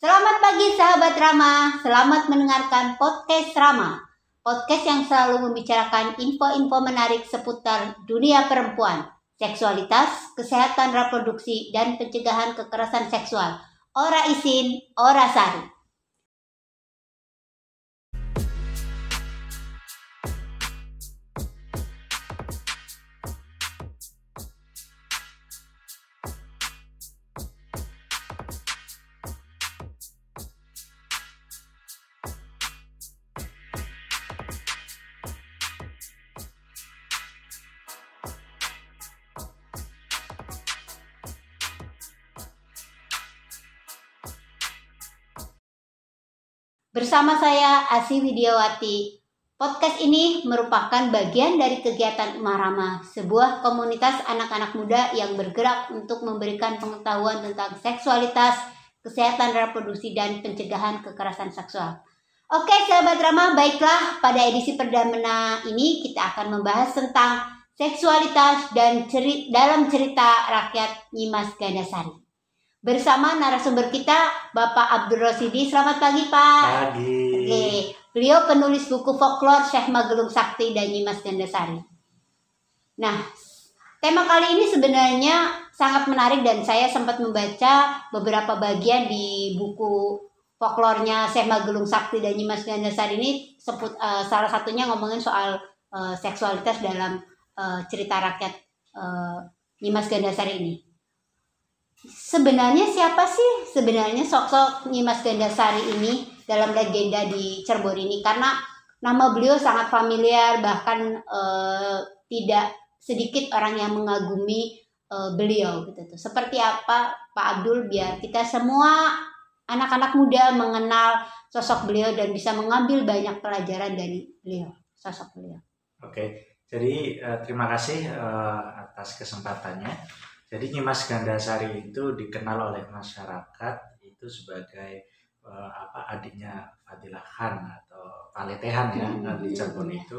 Selamat pagi sahabat Rama, selamat mendengarkan podcast Rama. Podcast yang selalu membicarakan info-info menarik seputar dunia perempuan, seksualitas, kesehatan reproduksi, dan pencegahan kekerasan seksual. Ora isin, ora sari. Bersama saya Asi Widiawati. Podcast ini merupakan bagian dari kegiatan Emak Rama, sebuah komunitas anak-anak muda yang bergerak untuk memberikan pengetahuan tentang seksualitas, kesehatan reproduksi, dan pencegahan kekerasan seksual. Oke sahabat Rama, baiklah pada edisi perdana ini kita akan membahas tentang seksualitas dan dalam cerita rakyat Nyimas Gandasari. Bersama narasumber kita, Bapak Abdul Rosidi. Selamat pagi, Pak. Pagi. Oke. Beliau penulis buku folklore Syekh Magelung Sakti dan Nyimas Gandasari. Nah, tema kali ini sebenarnya sangat menarik dan saya sempat membaca beberapa bagian di buku folklornya Syekh Magelung Sakti dan Nyimas Gandasari ini. Salah satunya ngomongin soal seksualitas dalam cerita rakyat Nyimas Gandasari ini. Sebenarnya siapa sih sebenarnya sosok Nyimas Gandasari ini dalam legenda di Cirebon ini? Karena nama beliau sangat familiar, bahkan tidak sedikit orang yang mengagumi beliau gitu tuh. Seperti apa Pak Abdul, biar kita semua anak-anak muda mengenal sosok beliau dan bisa mengambil banyak pelajaran dari beliau, sosok beliau. Oke, jadi terima kasih atas kesempatannya. Jadi Nyimas Gandasari itu dikenal oleh masyarakat itu sebagai adiknya Fadilah Khan atau Paletehan ya. Di Cirebon itu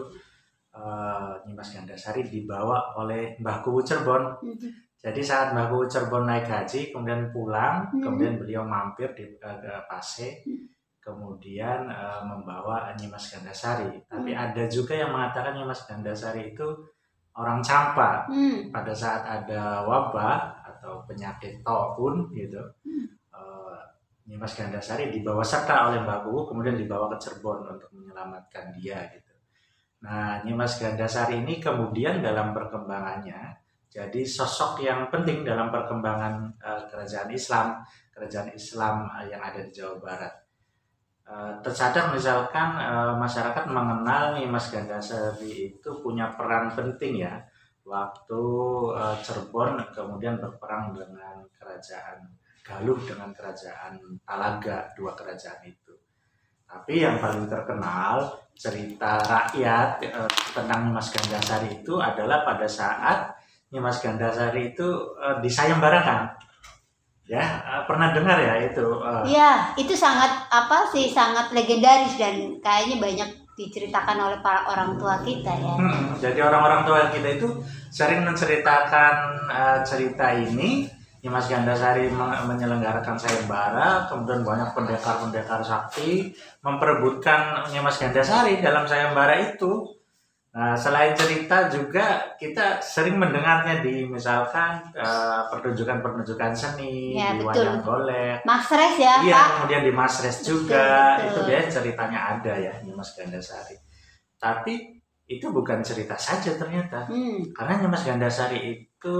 Nyimas Gandasari dibawa oleh Mbah Kuwu Cirebon. Jadi saat Mbah Kuwu Cirebon naik haji kemudian pulang, kemudian beliau mampir di Pase, kemudian membawa Nyimas Gandasari. Tapi ada juga yang mengatakan Nyimas Gandasari itu orang campak. Pada saat ada wabah atau penyakit taun gitu, Nyimas Gandasari dibawa serta oleh Mbah Kuwu kemudian dibawa ke Cirebon untuk menyelamatkan dia gitu. Nah, Nyimas Gandasari ini kemudian dalam perkembangannya jadi sosok yang penting dalam perkembangan kerajaan Islam yang ada di Jawa Barat. Tersadar misalkan masyarakat mengenal Nyimas Gandasari itu punya peran penting ya waktu Cirebon kemudian berperang dengan kerajaan Galuh dengan kerajaan Talaga, dua kerajaan itu. Tapi yang paling terkenal cerita rakyat tentang Nyimas Gandasari itu adalah pada saat Nyimas Gandasari itu disayembarakan. Ya, pernah dengar ya itu? Iya, itu sangat sangat legendaris dan kayaknya banyak diceritakan oleh para orang tua kita ya. Jadi orang-orang tua kita itu sering menceritakan cerita ini. Nyimas Gandasari menyelenggarakan sayembara, kemudian banyak pendekar-pendekar sakti memperebutkan Nyimas Gandasari dalam sayembara itu. Nah, selain cerita juga kita sering mendengarnya di misalkan pertunjukan-pertunjukan seni, ya, di wayang golek, Masres ya, iya, Pak. kemudian di Masres juga, betul. Itu dia ceritanya ada ya Nyimas Gandasari. Tapi itu bukan cerita saja ternyata, karena Nyimas Gandasari itu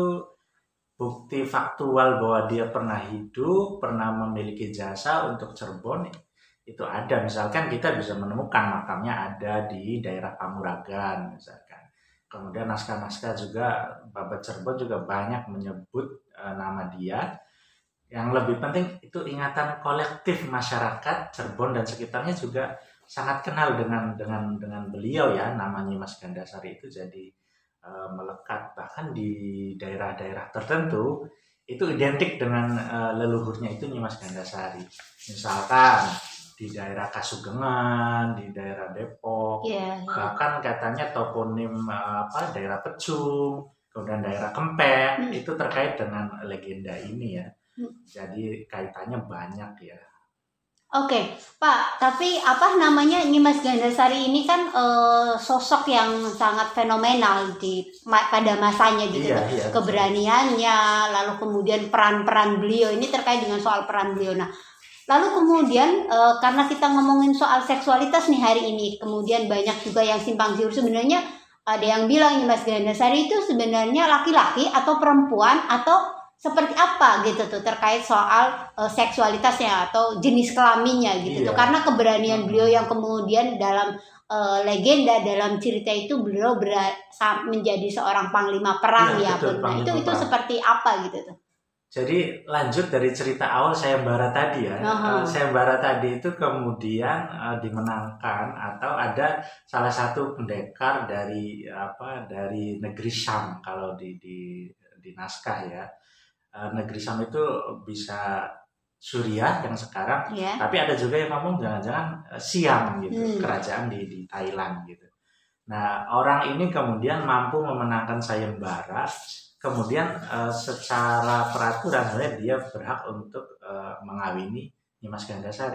bukti faktual bahwa dia pernah hidup, pernah memiliki jasa untuk Cirebon. Itu ada, misalkan kita bisa menemukan makamnya ada di daerah Pamuragan misalkan. Kemudian naskah-naskah juga Babat Cirebon juga banyak menyebut nama dia. Yang lebih penting itu ingatan kolektif masyarakat Cirebon dan sekitarnya juga sangat kenal dengan beliau ya. Nama Nyimas Gandasari itu jadi melekat bahkan di daerah-daerah tertentu itu identik dengan leluhurnya itu Nyimas Gandasari. Misalkan di daerah Kasugengan, di daerah Depok, bahkan katanya toponim daerah Pecung, kemudian daerah Kempek itu terkait dengan legenda ini ya. Jadi kaitannya banyak ya. Oke, Pak, tapi apa namanya Nyimas Gandasari ini kan sosok yang sangat fenomenal pada masanya gitu Iya, tuh. iya. Keberaniannya, lalu kemudian peran-peran beliau ini terkait dengan soal peran beliau. Nah, lalu kemudian karena kita ngomongin soal seksualitas nih hari ini, kemudian banyak juga yang simpang siur. Sebenarnya ada yang bilang Nyimas Gandasari itu sebenarnya laki-laki atau perempuan atau seperti apa gitu tuh terkait soal seksualitasnya atau jenis kelaminnya gitu tuh, Iya. karena keberanian beliau yang kemudian dalam legenda dalam cerita itu beliau menjadi seorang panglima perang Iya, ya. betul, Nah, panglima itu perang. seperti apa gitu tuh. Jadi lanjut dari cerita awal sayembara tadi ya. Sayembara tadi itu kemudian dimenangkan atau ada salah satu pendekar dari dari negeri Syam kalau di naskah ya. Negeri Syam itu bisa Suriah yang sekarang, Ya. tapi ada juga yang ngomong jangan-jangan Siam gitu, kerajaan di Thailand gitu. Nah, orang ini kemudian mampu memenangkan sayembara, kemudian secara peraturan dia berhak untuk mengawini Nyimas Gandasari.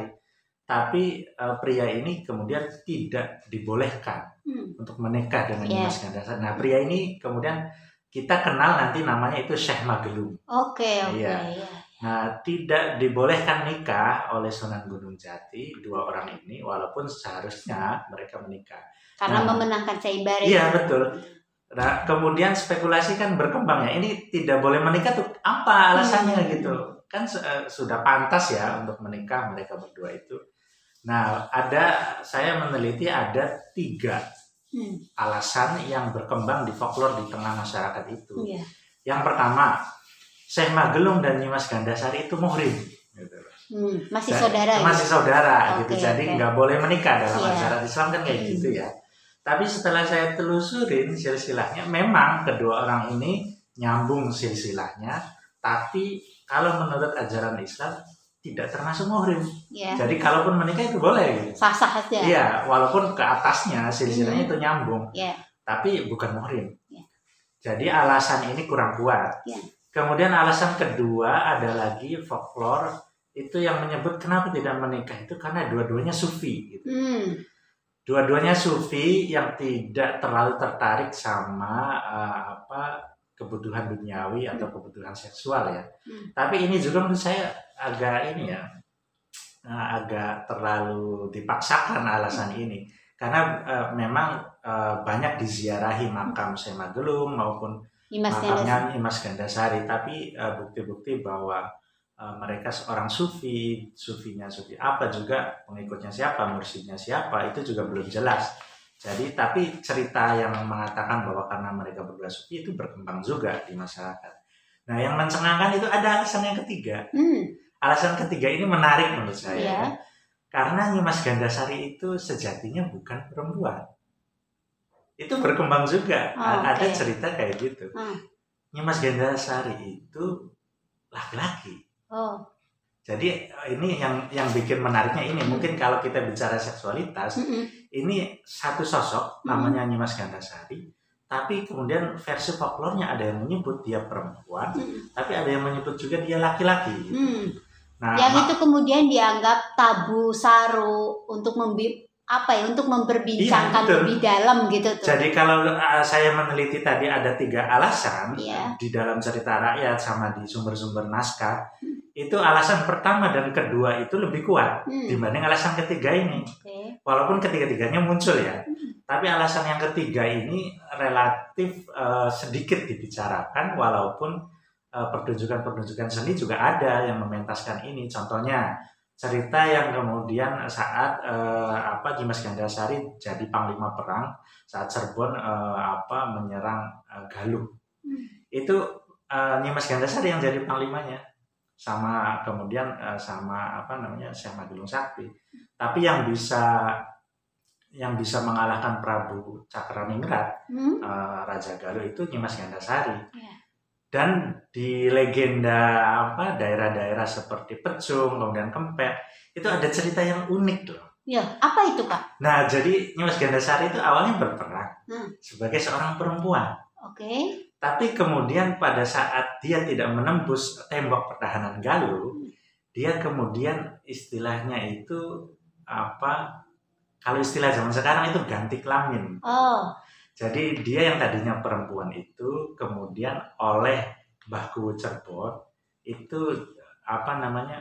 Tapi pria ini kemudian tidak dibolehkan untuk menikah dengan Nyimas Gandasari. Nah, pria ini kemudian kita kenal nanti namanya itu Syekh Magelung. Oke. Iya. Nah, tidak dibolehkan nikah oleh Sunan Gunung Jati dua orang ini, walaupun seharusnya mereka menikah. Karena memenangkan sayembara. Iya, betul. Nah, kemudian spekulasi kan berkembang ya. Ini tidak boleh menikah tuh apa alasannya gitu? Kan sudah pantas ya untuk menikah mereka berdua itu. Nah, saya meneliti ada 3 alasan yang berkembang di folklore di tengah masyarakat itu. Yang pertama, Syekh Magelung dan Nyimas Gandasari itu muhrim. Gitu. Masih saudara. Masih saudara gitu. Jadi nggak boleh menikah dalam ajaran Islam kan kayak gitu ya. Tapi setelah saya telusurin silsilahnya, memang kedua orang ini nyambung silsilahnya. Tapi kalau menurut ajaran Islam tidak termasuk muhrim. Jadi kalaupun menikah itu boleh gitu. Sah-sah aja. Iya, walaupun ke atasnya silsilahnya itu nyambung. Tapi bukan muhrim. Jadi alasan ini kurang kuat. Kemudian alasan kedua ada lagi folklore itu yang menyebut kenapa tidak menikah itu karena dua-duanya sufi gitu. Dua-duanya sufi yang tidak terlalu tertarik sama kebutuhan duniawi atau kebutuhan seksual ya. Tapi ini juga menurut saya agak agak terlalu dipaksakan alasan ini karena memang banyak diziarahi makam Syekh Magelung maupun makamnya Nyimas Gandasari, tapi bukti-bukti bahwa mereka seorang sufinya sufi apa juga, pengikutnya siapa, mursyidnya siapa itu juga belum jelas. Jadi tapi cerita yang mengatakan bahwa karena mereka berdua sufi itu berkembang juga di masyarakat. Nah, yang mencengangkan itu ada alasan yang ketiga. Alasan ketiga ini menarik menurut saya. Karena Nyimas Gandasari itu sejatinya bukan perempuan. Itu berkembang juga. Ada cerita kayak gitu. Nyimas Gandasari itu laki-laki. Jadi ini yang bikin menariknya ini. Mungkin kalau kita bicara seksualitas, ini satu sosok namanya Nyimas Gandasari, tapi kemudian versi folklornya ada yang menyebut dia perempuan, tapi ada yang menyebut juga dia laki-laki. Nah, yang itu kemudian dianggap tabu saru untuk memperbincangkan lebih dalam gitu tuh. Jadi kalau saya meneliti tadi ada 3 alasan di dalam cerita rakyat sama di sumber-sumber naskah, itu alasan pertama dan kedua itu lebih kuat dibanding alasan ketiga ini. Walaupun ketiga-tiganya muncul ya, tapi alasan yang ketiga ini relatif sedikit dibicarakan, walaupun pertunjukan-pertunjukan seni juga ada yang mementaskan ini. Contohnya cerita yang kemudian saat Nyimas Gandasari jadi panglima perang saat Cirebon menyerang Galuh. Itu Nyimas Gandasari yang jadi panglimanya sama kemudian Syekh Magelung Sakti. Tapi yang bisa mengalahkan Prabu Cakraningrat, Raja Galuh itu Nyimas Gandasari. Dan di legenda daerah-daerah seperti Pecung, kemudian Kempet, itu ada cerita yang unik loh. Ya, apa itu Pak? Nah, jadi Nyimas Gandasari itu awalnya berperang sebagai seorang perempuan. Tapi kemudian pada saat dia tidak menembus tembok pertahanan Galuh, dia kemudian istilahnya itu apa? Kalau istilah zaman sekarang itu ganti kelamin. Oh. Jadi dia yang tadinya perempuan itu kemudian oleh Mbah Kuwu Cirebon itu apa namanya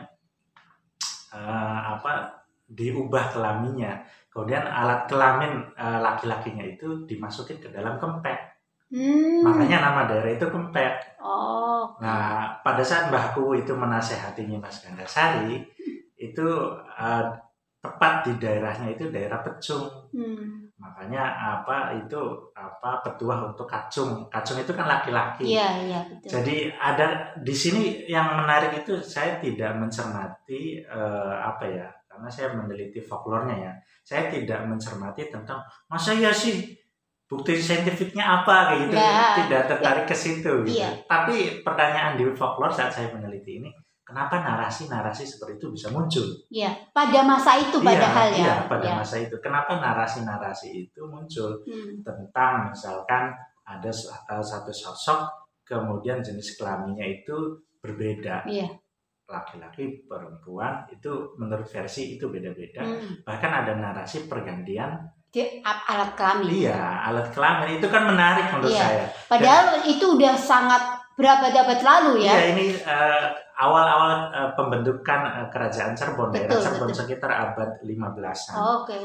diubah kelaminnya. Kemudian alat kelamin laki-lakinya itu dimasukin ke dalam kempek. Makanya nama daerah itu Kempek. Oh. Nah, pada saat Mbah Kuwu itu menasehati Mas Gandasari, itu tepat di daerahnya itu daerah Pecung. Makanya petuah untuk kacung. Kacung itu kan laki-laki. Iya, betul. Jadi ada di sini yang menarik itu saya tidak mencermati karena saya meneliti folklornya ya. Saya tidak mencermati tentang masa ya sih bukti saintifiknya apa kayak gitu, tidak tertarik ke situ gitu. Iya. Tapi pertanyaan di folklore saat saya meneliti ini, kenapa narasi-narasi seperti itu bisa muncul? Iya, pada masa itu padahal ya. Iya, pada masa itu. Kenapa narasi-narasi itu muncul tentang misalkan ada satu sosok kemudian jenis kelaminnya itu berbeda. Iya. Laki-laki, perempuan itu menurut versi itu beda-beda. Bahkan ada narasi pergantian alat kelamin. Iya, alat kelamin itu kan menarik menurut saya. Padahal itu udah sangat berapa abad lalu ya. Iya, ini awal-awal pembentukan kerajaan Cirebon, daerah Cirebon sekitar abad 15-an. Oke.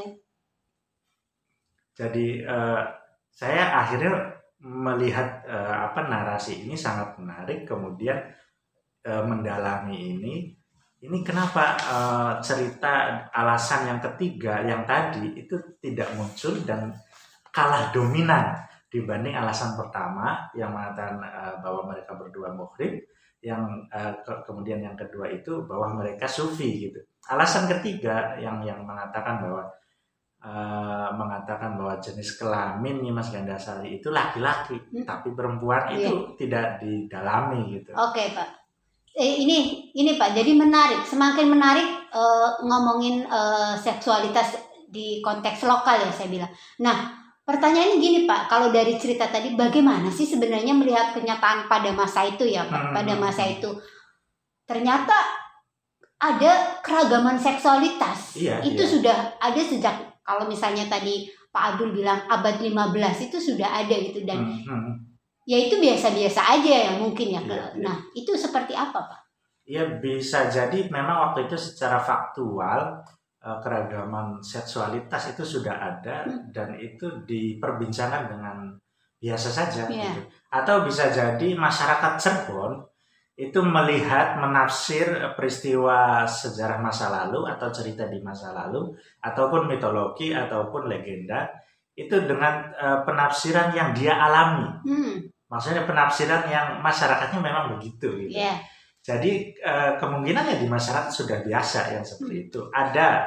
Jadi saya akhirnya melihat narasi ini sangat menarik, kemudian mendalami ini kenapa cerita alasan yang ketiga yang tadi itu tidak muncul dan kalah dominan dibanding alasan pertama yang mengatakan bahwa mereka berdua muhrim, yang kemudian yang kedua itu bahwa mereka sufi gitu. Alasan ketiga yang mengatakan bahwa jenis kelamin Mas Gandasari itu laki-laki, tapi perempuan itu tidak didalami gitu. Oke, Pak. Ini Pak, jadi menarik, semakin menarik ngomongin seksualitas di konteks lokal ya saya bilang. Nah, pertanyaannya gini Pak, kalau dari cerita tadi bagaimana sih sebenarnya melihat kenyataan pada masa itu ya Pak? Pada masa itu ternyata ada keragaman seksualitas. Sudah ada sejak, kalau misalnya tadi Pak Abdul bilang abad 15 itu sudah ada gitu, dan ya itu biasa-biasa aja ya mungkin ya. Nah, itu seperti apa Pak? Ya bisa jadi memang waktu itu secara faktual keragaman seksualitas itu sudah ada dan itu diperbincangkan dengan biasa saja gitu. Atau bisa jadi masyarakat Cirebon itu melihat menafsir peristiwa sejarah masa lalu atau cerita di masa lalu ataupun mitologi ataupun legenda itu dengan penafsiran yang dia alami. Maksudnya penafsiran yang masyarakatnya memang begitu gitu. Jadi kemungkinannya di masyarakat sudah biasa yang seperti itu. Ada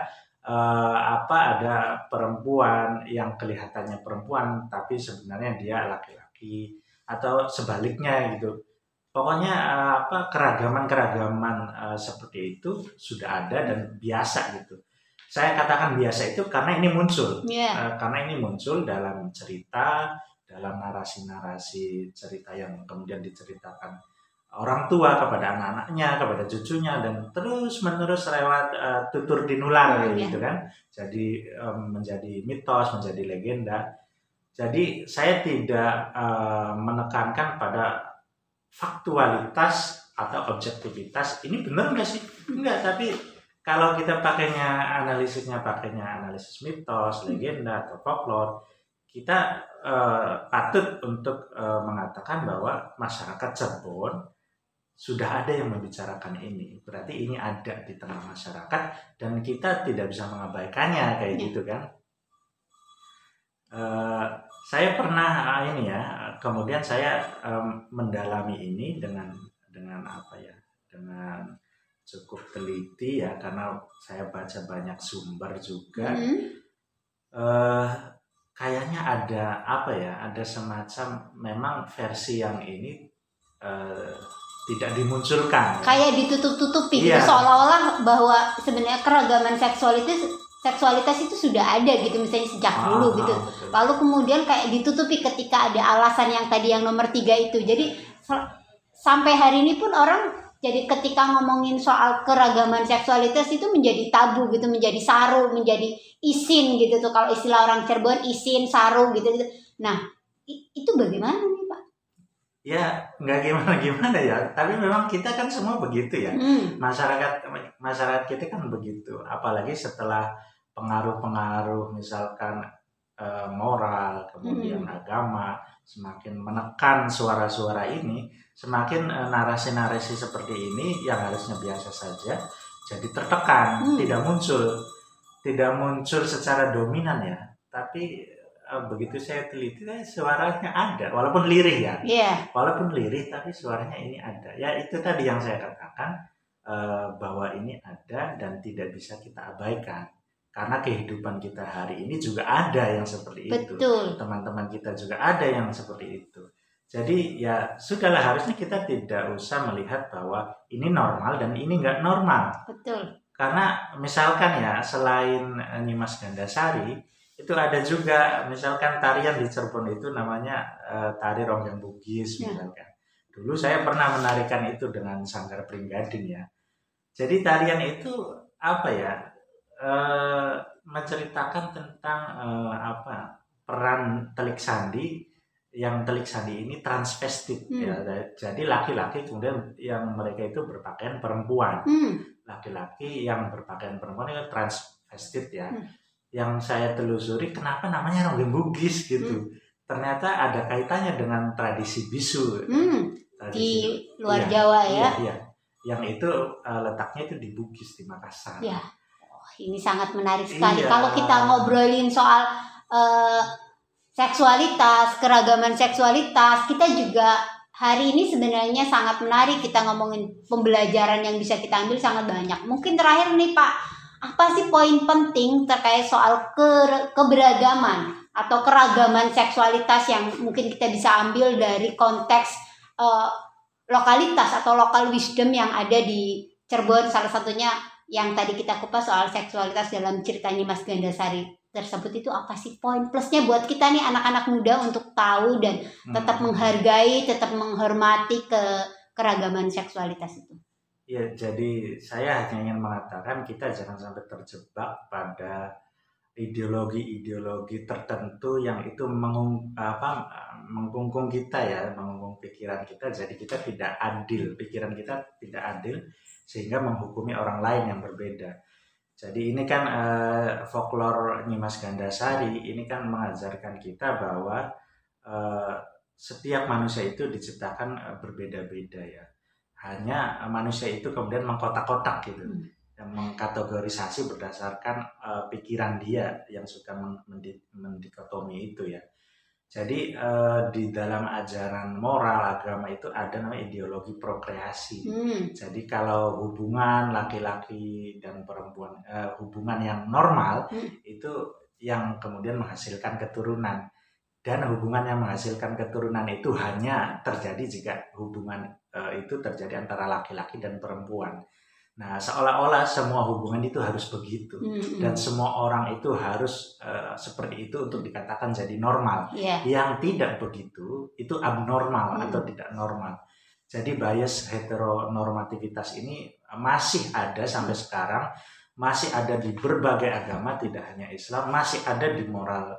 perempuan yang kelihatannya perempuan tapi sebenarnya dia laki-laki atau sebaliknya gitu. Pokoknya keragaman seperti itu sudah ada dan biasa gitu. Saya katakan biasa itu karena ini muncul. Karena ini muncul dalam cerita, dalam narasi-narasi cerita yang kemudian diceritakan orang tua kepada anak-anaknya, kepada cucunya, dan terus-menerus lewat tutur tinular gitu kan. Jadi menjadi mitos, menjadi legenda. Jadi saya tidak menekankan pada faktualitas atau objektivitas. Ini benar nggak sih? Enggak, tapi kalau kita pakainya analisis mitos, legenda, atau folklore, kita patut untuk mengatakan bahwa masyarakat Cirebon sudah ada yang membicarakan ini. Berarti ini ada di tengah masyarakat dan kita tidak bisa mengabaikannya kayak gitu kan. Saya pernah kemudian saya mendalami ini dengan dengan cukup teliti ya, karena saya baca banyak sumber juga. Kayaknya ada semacam memang versi yang ini tidak dimunculkan. Kayak ditutup-tutupi gitu, seolah-olah bahwa sebenarnya keragaman seksualitas itu sudah ada gitu, misalnya sejak dulu gitu. Betul. Lalu kemudian kayak ditutupi ketika ada alasan yang tadi yang nomor 3 itu. Jadi sampai hari ini pun orang Jadi ketika ngomongin soal keragaman seksualitas itu menjadi tabu gitu, menjadi saru, menjadi isin gitu tuh. Kalau istilah orang Cirebon isin, saru gitu. Nah, itu bagaimana nih Pak? Ya nggak gimana ya, tapi memang kita kan semua begitu ya. Masyarakat kita kan begitu, apalagi setelah pengaruh-pengaruh misalkan moral, kemudian agama semakin menekan suara-suara ini, semakin narasi-narasi seperti ini yang harusnya biasa saja jadi tertekan, tidak muncul secara dominan ya, tapi begitu saya teliti suaranya ada, walaupun lirih ya, walaupun lirih tapi suaranya ini ada. Ya itu tadi yang saya katakan, bahwa ini ada dan tidak bisa kita abaikan. Karena kehidupan kita hari ini juga ada yang seperti itu. Teman-teman kita juga ada yang seperti itu. Jadi ya sudahlah, harusnya kita tidak usah melihat bahwa ini normal dan ini nggak normal. Karena misalkan ya, selain Nyimas Gandasari, itu ada juga misalkan tarian di Cirebon itu namanya tari Ronggeng Bugis misalkan. Dulu saya pernah menarikan itu dengan Sanggar Pringgading ya. Jadi tarian itu apa ya, menceritakan tentang peran telik sandi, yang telik sandi ini transvestit ya. Jadi laki-laki kemudian yang mereka itu berpakaian perempuan, laki-laki yang berpakaian perempuan itu transvestit ya. Yang saya telusuri kenapa namanya Ronggeng Bugis gitu. Ternyata ada kaitannya dengan tradisi bisu. Di luar Jawa ya. Iya. Yang itu letaknya itu di Bugis, di Makassar. Ya. Ini sangat menarik sekali. Kalau kita ngobrolin soal seksualitas, keragaman seksualitas, kita juga hari ini sebenarnya sangat menarik. Kita ngomongin pembelajaran yang bisa kita ambil sangat banyak. Mungkin terakhir nih Pak, apa sih poin penting terkait soal keberagaman atau keragaman seksualitas yang mungkin kita bisa ambil dari konteks lokalitas atau local wisdom yang ada di Cirebon? Salah satunya yang tadi kita kupas soal seksualitas dalam cerita Nyimas Gandasari tersebut, itu apa sih poin plusnya buat kita nih anak-anak muda untuk tahu dan tetap menghargai, tetap menghormati keragaman seksualitas itu? Ya, jadi saya hanya ingin mengatakan kita jangan sampai terjebak pada ideologi-ideologi tertentu yang itu mengungkung kita ya, mengungkung pikiran kita. Jadi kita tidak adil, pikiran kita tidak adil sehingga menghukumi orang lain yang berbeda. Jadi ini kan folklore Nyimas Gandasari ini kan mengajarkan kita bahwa setiap manusia itu diciptakan berbeda-beda ya. Hanya manusia itu kemudian mengkotak-kotak gitu, yang mengkategorisasi berdasarkan pikiran dia yang suka mendikotomi itu ya. Jadi di dalam ajaran moral agama itu ada namanya ideologi prokreasi. Jadi kalau hubungan laki-laki dan perempuan, hubungan yang normal itu yang kemudian menghasilkan keturunan. Dan hubungan yang menghasilkan keturunan itu hanya terjadi jika hubungan itu terjadi antara laki-laki dan perempuan. Nah, seolah-olah semua hubungan itu harus begitu. Dan semua orang itu harus seperti itu untuk dikatakan jadi normal. Yang tidak begitu, itu abnormal atau tidak normal. Jadi bias heteronormativitas ini masih ada sampai sekarang. Masih ada di berbagai agama, tidak hanya Islam. Masih ada di moral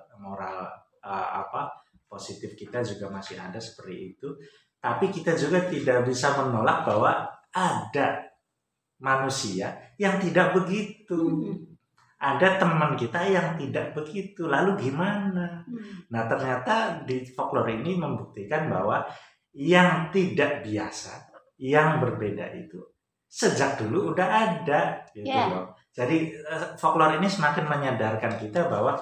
positif kita juga masih ada seperti itu. Tapi kita juga tidak bisa menolak bahwa ada manusia yang tidak begitu. Ada teman kita yang tidak begitu. Lalu gimana? Nah, ternyata di folklore ini membuktikan bahwa yang tidak biasa, yang berbeda itu sejak dulu udah ada gitu loh. Jadi folklore ini semakin menyadarkan kita bahwa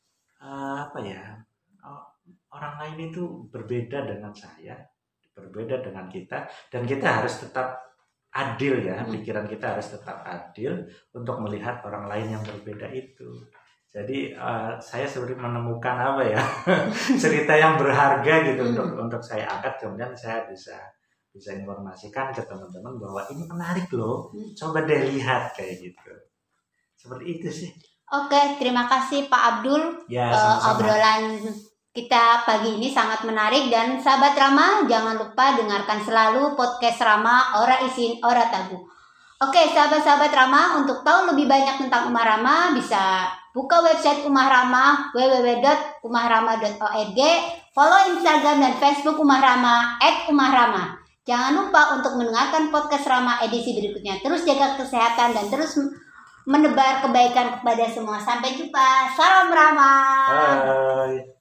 orang lain itu berbeda dengan saya, berbeda dengan kita, dan kita harus tetap adil ya, pikiran kita harus tetap adil untuk melihat orang lain yang berbeda itu. Jadi saya seperti menemukan cerita yang berharga gitu untuk saya angkat, kemudian saya bisa informasikan ke teman-teman bahwa ini menarik loh, coba deh lihat kayak gitu. Seperti itu sih. Oke, terima kasih Pak Abdul. Ya, sama-sama. Obrolan kita pagi ini sangat menarik, dan sahabat Rama jangan lupa dengarkan selalu podcast Rama Ora Isin Ora Tabu. Oke, sahabat-sahabat Rama, untuk tahu lebih banyak tentang Umah Rama bisa buka website Umah Rama www.umahrama.org, follow Instagram dan Facebook Umah Rama @umahrama. Jangan lupa untuk mendengarkan podcast Rama edisi berikutnya. Terus jaga kesehatan dan terus menebar kebaikan kepada semua. Sampai jumpa. Salam Rama. Bye.